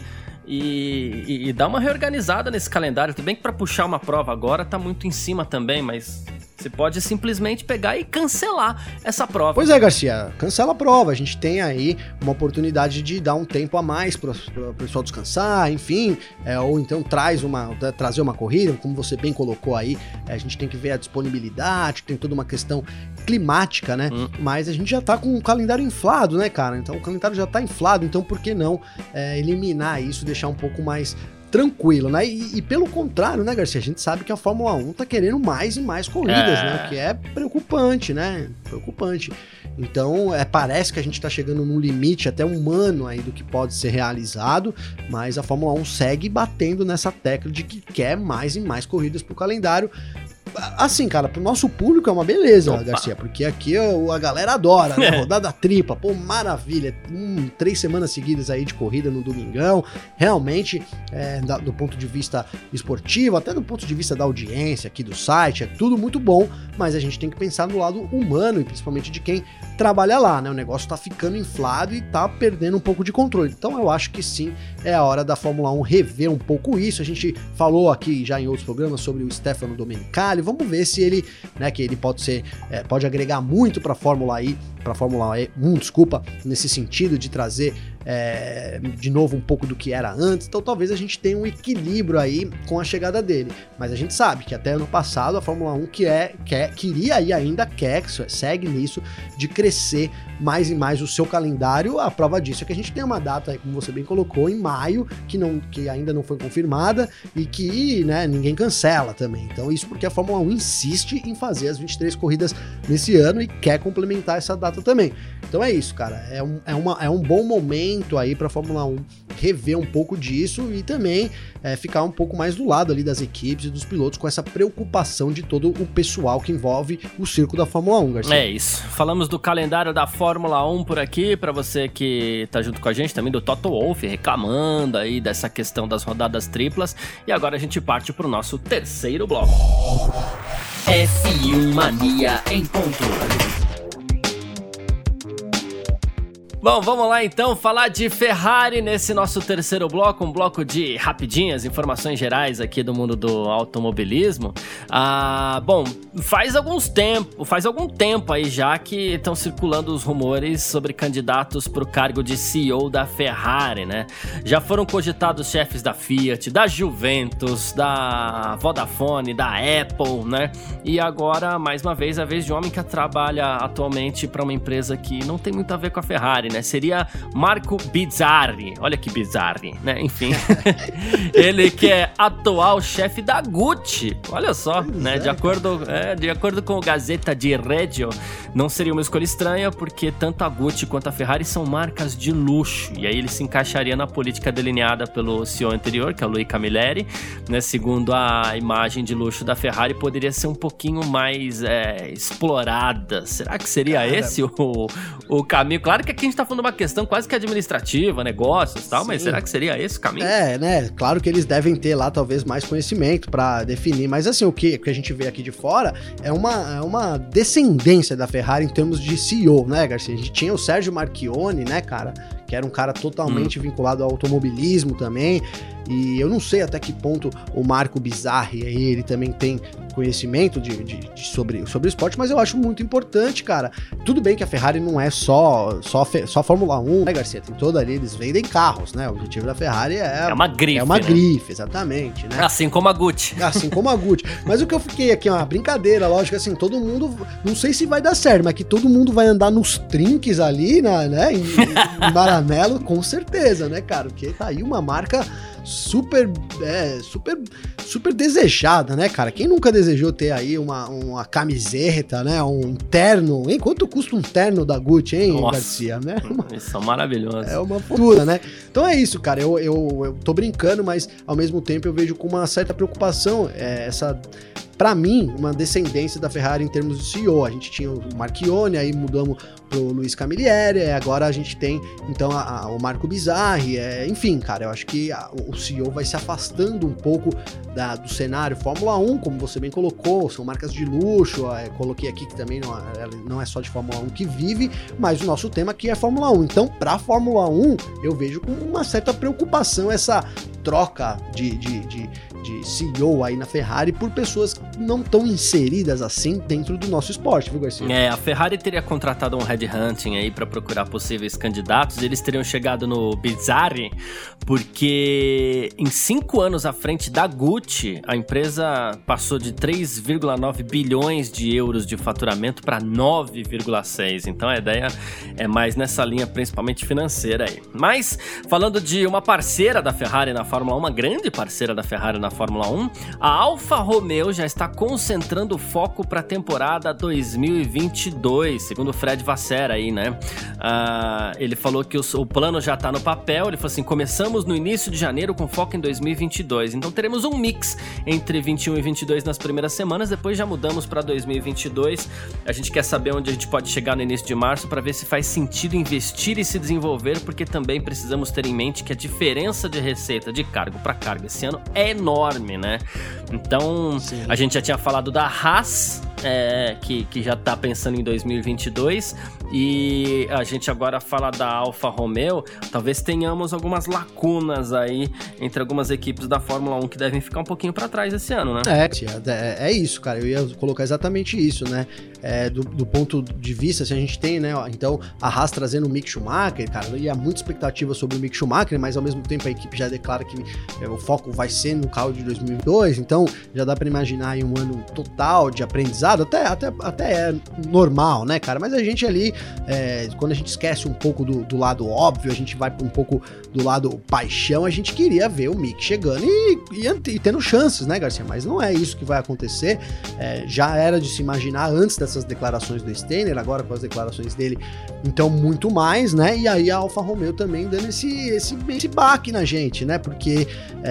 E, e, e dá uma reorganizada nesse calendário. Tudo bem que pra puxar uma prova agora tá muito em cima também, mas você pode simplesmente pegar e cancelar essa prova. Pois é, Garcia, cancela a prova. A gente tem aí uma oportunidade de dar um tempo a mais para o pessoal descansar, enfim, é, ou então traz uma, trazer uma corrida, como você bem colocou aí, é, a gente tem que ver a disponibilidade, tem toda uma questão climática, né? Hum. Mas a gente já tá com o calendário inflado, né, cara? Então o calendário já tá inflado, então por que não é, eliminar isso, deixar um pouco mais tranquilo, né? E, e pelo contrário, né, Garcia? A gente sabe que a Fórmula um tá querendo mais e mais corridas, é. né? O que é preocupante, né? Preocupante. Então, é, parece que a gente tá chegando num limite até humano aí do que pode ser realizado, mas a Fórmula um segue batendo nessa tecla de que quer mais e mais corridas pro calendário. Assim, cara, pro nosso público é uma beleza, Opa. Garcia, porque aqui a galera adora, né? Rodada tripla, pô, maravilha. Hum, três semanas seguidas aí de corrida no domingão. Realmente, é, da, do ponto de vista esportivo, até do ponto de vista da audiência aqui do site, é tudo muito bom, mas a gente tem que pensar no lado humano e principalmente de quem trabalha lá, né? O negócio tá ficando inflado e tá perdendo um pouco de controle. Então eu acho que sim, é a hora da Fórmula um rever um pouco isso. A gente falou aqui já em outros programas sobre o Stefano Domenicali. Vamos ver se ele, né, que ele pode ser, é, pode agregar muito para a Fórmula E, para a Fórmula um, desculpa, nesse sentido de trazer é, de novo um pouco do que era antes. Então talvez a gente tenha um equilíbrio aí com a chegada dele. Mas a gente sabe que até ano passado a Fórmula um que é, quer, queria e ainda quer, segue nisso, de crescer mais e mais o seu calendário. A prova disso é que a gente tem uma data, como você bem colocou, em maio, que, não, que ainda não foi confirmada e que, né, ninguém cancela também. Então isso porque a Fórmula um insiste em fazer as vinte e três corridas nesse ano e quer complementar essa data também. Então é isso, cara. É um, é uma, é um bom momento aí para a Fórmula um rever um pouco disso e também é, ficar um pouco mais do lado ali das equipes e dos pilotos com essa preocupação de todo o pessoal que envolve o circo da Fórmula um, Garcia. É isso. Falamos do calendário da Fórmula um por aqui, para você que tá junto com a gente, também do Toto Wolff reclamando aí dessa questão das rodadas triplas. E agora a gente parte pro nosso terceiro bloco. F um Mania em ponto. Bom, vamos lá então falar de Ferrari nesse nosso terceiro bloco, um bloco de rapidinhas, informações gerais aqui do mundo do automobilismo. Ah, bom, faz alguns tempo, faz algum tempo aí já que estão circulando os rumores sobre candidatos para o cargo de C E O da Ferrari, né? Já foram cogitados chefes da Fiat, da Juventus, da Vodafone, da Apple, né? E agora, mais uma vez, a vez de um homem que trabalha atualmente para uma empresa que não tem muito a ver com a Ferrari, né? Seria Marco Bizzarri. Olha que Bizzarri, né? Enfim. Ele que é atual chefe da Gucci. Olha só, né? De acordo, é, de acordo com o Gazeta di Reggio, não seria uma escolha estranha, porque tanto a Gucci quanto a Ferrari são marcas de luxo. E aí ele se encaixaria na política delineada pelo C E O anterior, que é o Louis Camilleri, né? Segundo a imagem de luxo da Ferrari, poderia ser um pouquinho mais é, explorada. Será que seria Cara, esse o, o caminho? Claro que aqui a gente tá falando de uma questão quase que administrativa, negócios e tal, Sim. mas será que seria esse o caminho? É, né? Claro que eles devem ter lá talvez mais conhecimento pra definir, mas assim, o que, o que a gente vê aqui de fora é uma, é uma descendência da Ferrari em termos de C E O, né, Garcia? A gente tinha o Sérgio Marchionne, né, cara? que era um cara totalmente hum. vinculado ao automobilismo também, e eu não sei até que ponto o Marco Bizzarri aí, ele também tem conhecimento de, de, de sobre, sobre o esporte, mas eu acho muito importante, cara. Tudo bem que a Ferrari não é só, só, só Fórmula um, né, Garcia? Tem toda ali, eles vendem carros, né? O objetivo da Ferrari é... É uma grife, É uma né? grife, exatamente, né? Assim como a Gucci. Assim como a Gucci. Mas o que eu fiquei aqui, uma brincadeira, lógico, assim, todo mundo, não sei se vai dar certo, mas que todo mundo vai andar nos trinques ali, na, né, em, em Maranello, com certeza, né, cara? Porque tá aí uma marca super, é, super, super desejada, né, cara? Quem nunca desejou ter aí uma, uma camiseta, né, um terno, hein? Quanto custa um terno da Gucci, hein, Nossa, Garcia, né? Uma, eles são maravilhosos. É uma fortuna, né? Então é isso, cara, eu, eu, eu tô brincando, mas ao mesmo tempo eu vejo com uma certa preocupação é, essa... Pra mim, uma descendência da Ferrari em termos de C E O. A gente tinha o Marchione, aí mudamos pro Luiz Camilleri, agora a gente tem, então, a, a, o Marco Bizzarri. É, enfim, cara, eu acho que a, o C E O vai se afastando um pouco da, do cenário Fórmula um, como você bem colocou, são marcas de luxo, é, coloquei aqui que também não é, não é só de Fórmula um que vive, mas o nosso tema aqui é Fórmula um. Então, pra Fórmula um, eu vejo com uma certa preocupação essa troca de, de, de, de C E O aí na Ferrari por pessoas não tão inseridas assim dentro do nosso esporte, viu, Garcia? É, a Ferrari teria contratado um headhunting aí para procurar possíveis candidatos, eles teriam chegado no Bizzarri, porque em cinco anos à frente da Gucci, a empresa passou de três vírgula nove bilhões de euros de faturamento para nove vírgula seis, então a ideia é mais nessa linha, principalmente financeira aí. Mas, falando de uma parceira da Ferrari na Fórmula um, uma grande parceira da Ferrari na Fórmula um, a Alfa Romeo já está concentrando o foco para a temporada dois mil e vinte e dois, segundo o Fred Vasseur aí, né? Uh, ele falou que o, o plano já está no papel, ele falou assim, começamos no início de janeiro com foco em dois mil e vinte e dois, então teremos um mix entre vinte e um e vinte e dois nas primeiras semanas, depois já mudamos para dois mil e vinte e dois, a gente quer saber onde a gente pode chegar no início de março para ver se faz sentido investir e se desenvolver, porque também precisamos ter em mente que a diferença de receita de cargo para cargo esse ano é enorme, né? Então, sim, a gente já tinha falado da Haas, é, que, que já tá pensando em dois mil e vinte e dois, e a gente agora fala da Alfa Romeo. Talvez tenhamos algumas lacunas aí entre algumas equipes da Fórmula um que devem ficar um pouquinho para trás esse ano, né? É, é, é isso, cara, eu ia colocar exatamente isso, né? É, do, do ponto de vista, se a gente tem, né, ó, então a Haas trazendo o Mick Schumacher, cara, e há muita expectativa sobre o Mick Schumacher, mas ao mesmo tempo a equipe já declara que é, o foco vai ser no carro de dois mil e vinte e dois, então já dá pra imaginar aí um ano total de aprendizado, até, até, até é normal, né, cara, mas a gente ali, é, quando a gente esquece um pouco do, do lado óbvio, a gente vai um pouco do lado paixão, a gente queria ver o Mick chegando e, e, e tendo chances, né, Garcia, mas não é isso que vai acontecer, é, já era de se imaginar antes dessa essas declarações do Steiner, agora com as declarações dele, então muito mais, né, e aí a Alfa Romeo também dando esse, esse, esse baque na gente, né, porque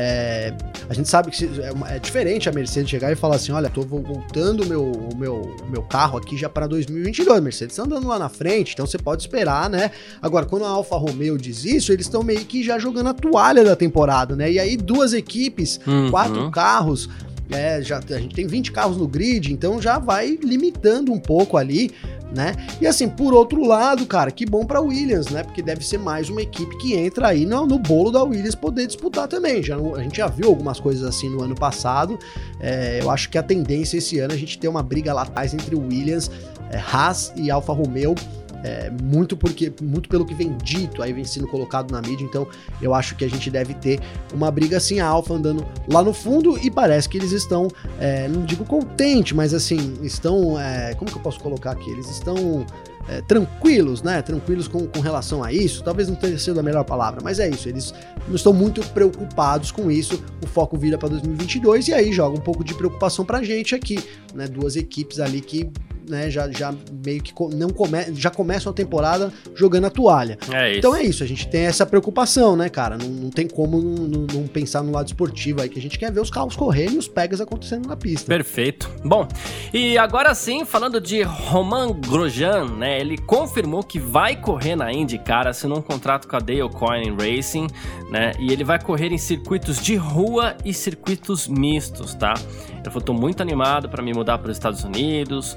é, a gente sabe que é, é diferente a Mercedes chegar e falar assim, olha, tô voltando o meu, o meu, meu carro aqui já para dois mil e vinte e dois, a Mercedes tá andando lá na frente, então você pode esperar, né, agora quando a Alfa Romeo diz isso, eles estão meio que já jogando a toalha da temporada, né, e aí duas equipes, uhum. quatro carros, É, já, a gente tem vinte carros no grid, então já vai limitando um pouco ali, né? E assim, por outro lado, cara, que bom pra Williams, né? Porque deve ser mais uma equipe que entra aí no, no bolo da Williams poder disputar também. Já, a gente já viu algumas coisas assim no ano passado. É, eu acho que a tendência esse ano é a gente ter uma briga lá atrás entre Williams, é, Haas e Alfa Romeo. É, muito, porque, muito pelo que vem dito, aí vem sendo colocado na mídia, então eu acho que a gente deve ter uma briga assim, a Alfa andando lá no fundo, e parece que eles estão, é, não digo contente, mas assim, estão, é, como que eu posso colocar aqui, eles estão é, tranquilos, né, tranquilos com, com relação a isso, talvez não tenha sido a melhor palavra, mas é isso, eles não estão muito preocupados com isso, o foco vira para dois mil e vinte e dois, e aí joga um pouco de preocupação pra gente aqui, né, duas equipes ali que né, já, já meio que não come, já começam a temporada jogando a toalha. É isso. Então é isso, a gente tem essa preocupação, né, cara? Não, não tem como não, não pensar no lado esportivo aí, que a gente quer ver os carros correndo e os pegas acontecendo na pista. Perfeito. Bom, e agora sim, falando de Romain Grosjean, né, ele confirmou que vai correr na IndyCar, assinou um contrato com a Dale Coyne Racing, né, e ele vai correr em circuitos de rua e circuitos mistos, tá? Eu tô muito animado para me mudar para os Estados Unidos, é,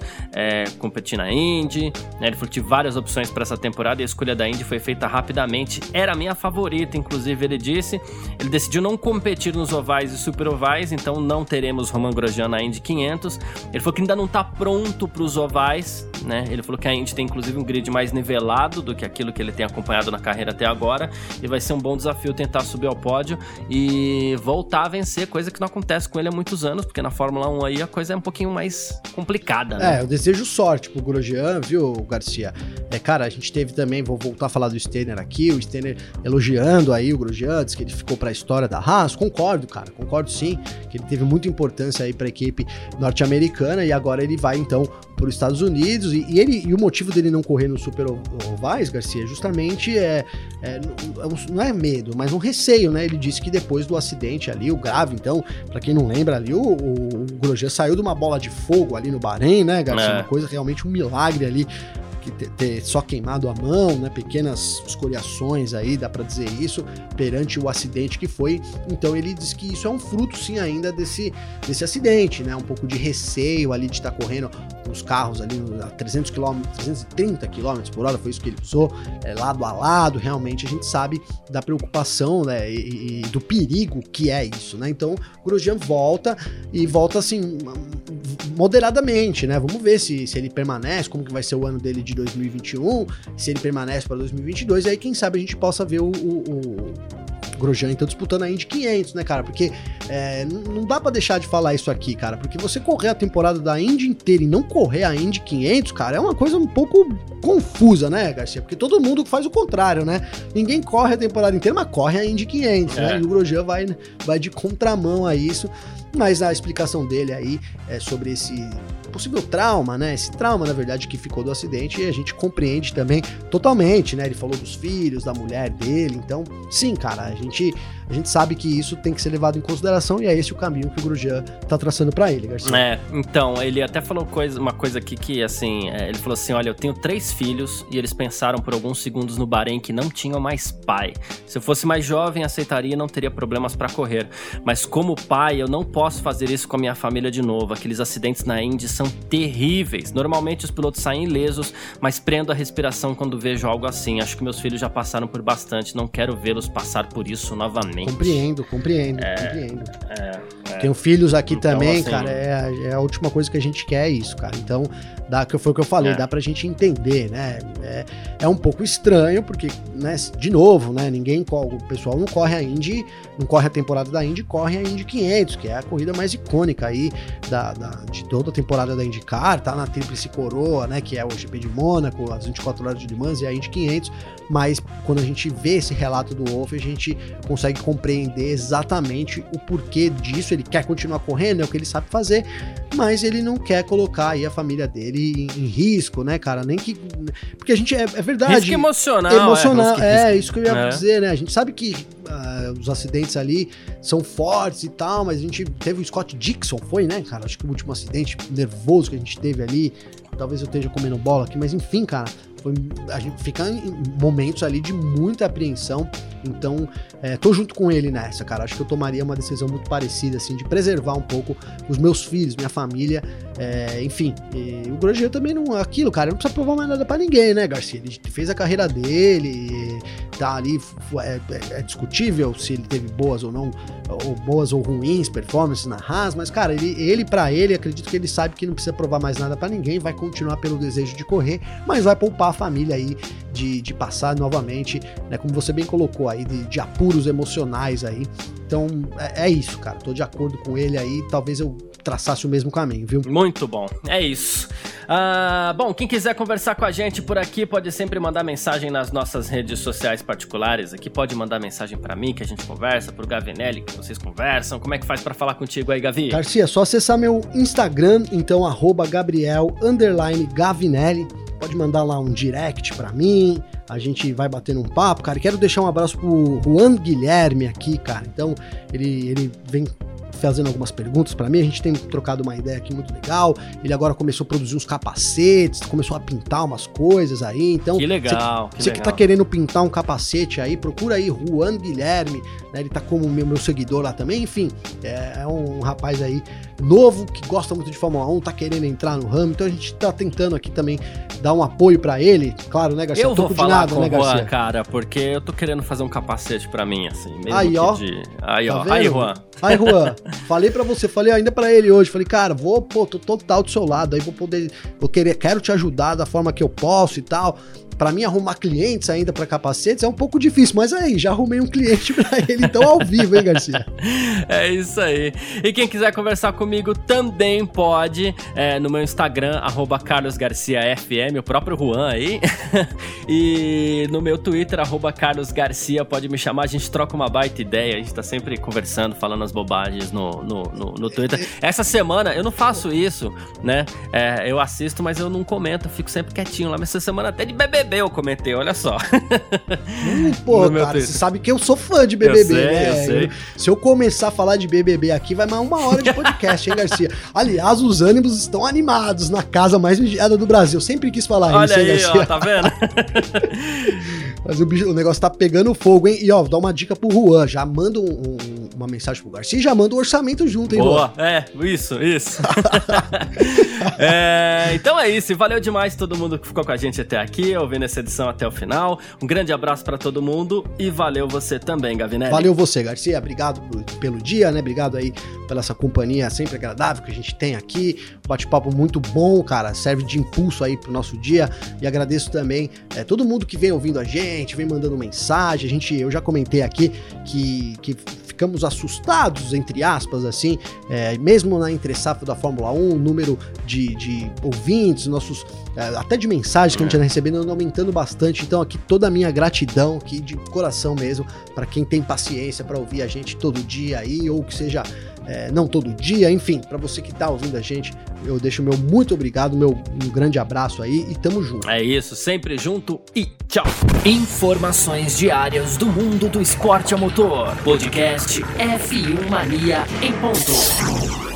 é, competir na Indy, né? Ele falou que tinha várias opções para essa temporada e a escolha da Indy foi feita rapidamente, era a minha favorita, inclusive ele disse. Ele decidiu não competir nos ovais e super ovais, então não teremos Romain Grosjean na Indy quinhentos. Ele falou que ainda não tá pronto para os ovais, né? Ele falou que a Indy tem inclusive um grid mais nivelado do que aquilo que ele tem acompanhado na carreira até agora, e vai ser um bom desafio tentar subir ao pódio e voltar a vencer, coisa que não acontece com ele há muitos anos, porque na Fórmula um aí a coisa é um pouquinho mais complicada, né? É, eu desejo sorte pro Grosjean, viu, Garcia? É, cara, a gente teve também, vou voltar a falar do Steiner aqui, o Steiner elogiando aí o Grosjean, diz que ele ficou pra história da Haas. Concordo, cara, concordo sim, que ele teve muita importância aí pra equipe norte-americana, e agora ele vai então para os Estados Unidos, e, e, ele, e o motivo dele não correr no Super Ovais, Garcia, justamente é, é não é medo, mas um receio, né? Ele disse que depois do acidente ali, o grave, então, para quem não lembra ali, o, o, o Grosjean saiu de uma bola de fogo ali no Bahrein, né, Garcia? É. Uma coisa realmente um milagre ali, que ter, ter só queimado a mão, né, pequenas escoriações aí, dá pra dizer isso, perante o acidente que foi. Então ele diz que isso é um fruto sim ainda desse, desse acidente, né, um pouco de receio ali de estar correndo os carros ali a trezentos quilômetros, trezentos e trinta quilômetros por hora, foi isso que ele usou, é, lado a lado. Realmente a gente sabe da preocupação, né, e, e do perigo que é isso, né. Então o Grosjean volta, e volta assim moderadamente, né, vamos ver se, se ele permanece, como que vai ser o ano dele de dois mil e vinte e um, se ele permanece para dois mil e vinte e dois, e aí quem sabe a gente possa ver o, o, o Grosjean então disputando a Indy quinhentos, né, cara, porque é, não dá pra deixar de falar isso aqui, cara, porque você correr a temporada da Indy inteira e não correr a Indy quinhentos, cara, é uma coisa um pouco confusa, né, Garcia, porque todo mundo faz o contrário, né, ninguém corre a temporada inteira, mas corre a Indy quinhentos, é. né, e o Grosjean vai, vai de contramão a isso. Mas a explicação dele aí é sobre esse possível trauma, né? Esse trauma, na verdade, que ficou do acidente, e a gente compreende também totalmente, né? Ele falou dos filhos, da mulher dele, então, sim, cara, a gente, a gente sabe que isso tem que ser levado em consideração, e é esse o caminho que o Grosjean tá traçando pra ele, Garcia. É, então, ele até falou coisa, uma coisa aqui que, assim, é, ele falou assim, olha, eu tenho três filhos, e eles pensaram por alguns segundos no Bahrein que não tinham mais pai. Se eu fosse mais jovem, aceitaria e não teria problemas pra correr. Mas como pai, eu não posso fazer isso com a minha família de novo. Aqueles acidentes na Indy são terríveis. Normalmente os pilotos saem ilesos, mas prendo a respiração quando vejo algo assim. Acho que meus filhos já passaram por bastante, não quero vê-los passar por isso novamente. Compreendo, compreendo, é, compreendo. É, é. Tenho filhos aqui então, também, assim, cara, é, é a última coisa que a gente quer, é isso, cara. Então, dá, que foi o que eu falei, é. dá pra gente entender, né? É, é um pouco estranho, porque, né, de novo, né, ninguém, o pessoal não corre a Indy, não corre a temporada da Indy, corre a Indy quinhentos, que é a corrida mais icônica aí da, da, de toda a temporada da IndyCar, tá na Tríplice Coroa, né, que é o G P de Mônaco, as vinte e quatro horas de Le Mans e a Indy quinhentos, mas quando a gente vê esse relato do Wolff, a gente consegue compreender exatamente o porquê disso. Ele quer continuar correndo, é o que ele sabe fazer, mas ele não quer colocar aí a família dele em, em risco, né, cara, nem que... Porque a gente, é, é verdade... Risco emocional. Emocional, é, é isso que eu ia é. dizer, né, a gente sabe que uh, os acidentes ali são fortes e tal, mas a gente teve o Scott Dixon, foi, né, cara, acho que o último acidente nervoso que a gente teve ali, talvez eu esteja comendo bola aqui, mas enfim, cara, foi, a gente fica em momentos ali de muita apreensão. Então, é, tô junto com ele nessa, cara. Acho que eu tomaria uma decisão muito parecida, assim, de preservar um pouco os meus filhos, minha família, é, enfim. E o Grosjean também não... Aquilo, cara, não precisa provar mais nada pra ninguém, né, Garcia? Ele fez a carreira dele, tá ali, é, é, é discutível se ele teve boas ou não, ou boas ou ruins performances na Haas, mas, cara, ele, ele pra ele, acredito que ele sabe que não precisa provar mais nada pra ninguém, vai continuar pelo desejo de correr, mas vai poupar a família aí de, de passar novamente, né, como você bem colocou aí, de, de apuros emocionais aí. Então, é, é isso, cara, tô de acordo com ele aí, talvez eu traçasse o mesmo caminho, viu? Muito bom, é isso. Ah, bom, quem quiser conversar com a gente por aqui pode sempre mandar mensagem nas nossas redes sociais particulares. Aqui pode mandar mensagem pra mim, que a gente conversa, pro Gavinelli, que vocês conversam. Como é que faz pra falar contigo aí, Gavi? Garcia, é só acessar meu Instagram, então, arroba Gabriel, underline Gavinelli. Pode mandar lá um direct pra mim, a gente vai batendo um papo, cara. Quero deixar um abraço pro Juan Guilherme aqui, cara. Então, ele, ele vem fazendo algumas perguntas pra mim, a gente tem trocado uma ideia aqui muito legal, ele agora começou a produzir uns capacetes, começou a pintar umas coisas aí, então... Que legal, Você que, que tá querendo pintar um capacete aí, procura aí Juan Guilherme, né, ele tá como meu, meu seguidor lá também, enfim, é, é um rapaz aí novo, que gosta muito de Fórmula um, tá querendo entrar no ramo, então a gente tá tentando aqui também dar um apoio pra ele, claro, né, Garcia? Eu vou falar nada, com né, o Juan, Garcia? cara, porque eu tô querendo fazer um capacete pra mim, assim, mesmo aí, que ó, de... Aí, tá ó, vendo? aí, Juan. Aí, Juan, falei pra você, falei ainda pra ele hoje, falei, cara, vou, pô, tô total do seu lado, aí vou poder, vou querer, quero te ajudar da forma que eu posso e tal. Pra mim, arrumar clientes ainda pra capacetes é um pouco difícil, mas aí, já arrumei um cliente pra ele, então ao vivo, hein, Garcia? É isso aí. E quem quiser conversar comigo também pode, é, no meu Instagram, arroba Carlos Garcia F M, o próprio Juan aí. E no meu Twitter, arroba Carlos Garcia, pode me chamar, a gente troca uma baita ideia, a gente tá sempre conversando, falando as bobagens no, no, no, no Twitter. Essa semana, eu não faço isso, né? É, eu assisto, mas eu não comento, eu fico sempre quietinho lá. Mas essa semana até de B B B eu comentei, olha só. Hum, pô, cara, você sabe que eu sou fã de B B B, eu sei, né? Eu sei. Eu, se eu começar a falar de B B B aqui, vai mais uma hora de podcast, hein, Garcia? Aliás, os ânimos estão animados na casa mais vigiada do Brasil. Sempre quis falar olha isso, hein, aí, Garcia? ó, tá vendo? Mas o, bicho, o negócio tá pegando fogo, hein? E ó, dá uma dica pro Juan, já manda um, um, uma mensagem pro Garcia e já manda o um orçamento junto, hein, Boa, Juan? é, isso, isso. é, então é isso, valeu demais todo mundo que ficou com a gente até aqui, ouvindo essa edição até o final. Um grande abraço pra todo mundo e valeu você também, Gavinelli. Valeu você, Garcia, obrigado por, pelo dia, né? Obrigado aí pela essa companhia sempre agradável que a gente tem aqui. Bate-papo muito bom, cara, serve de impulso aí pro nosso dia. E agradeço também é, todo mundo que vem ouvindo a gente, vem mandando mensagem. A gente, eu já comentei aqui que, que ficamos assustados, entre aspas, assim, é, mesmo na entre-safra da Fórmula um, o número de, de ouvintes, nossos, é, até de mensagens que a gente anda recebendo, anda aumentando bastante. Então aqui toda a minha gratidão, aqui de coração mesmo, para quem tem paciência para ouvir a gente todo dia aí, ou que seja, é, não todo dia, enfim, para você que tá ouvindo a gente, eu deixo o meu muito obrigado, meu um grande abraço aí e tamo junto. É isso, sempre junto e tchau. Informações diárias do mundo do esporte a motor. Podcast F um Mania em ponto.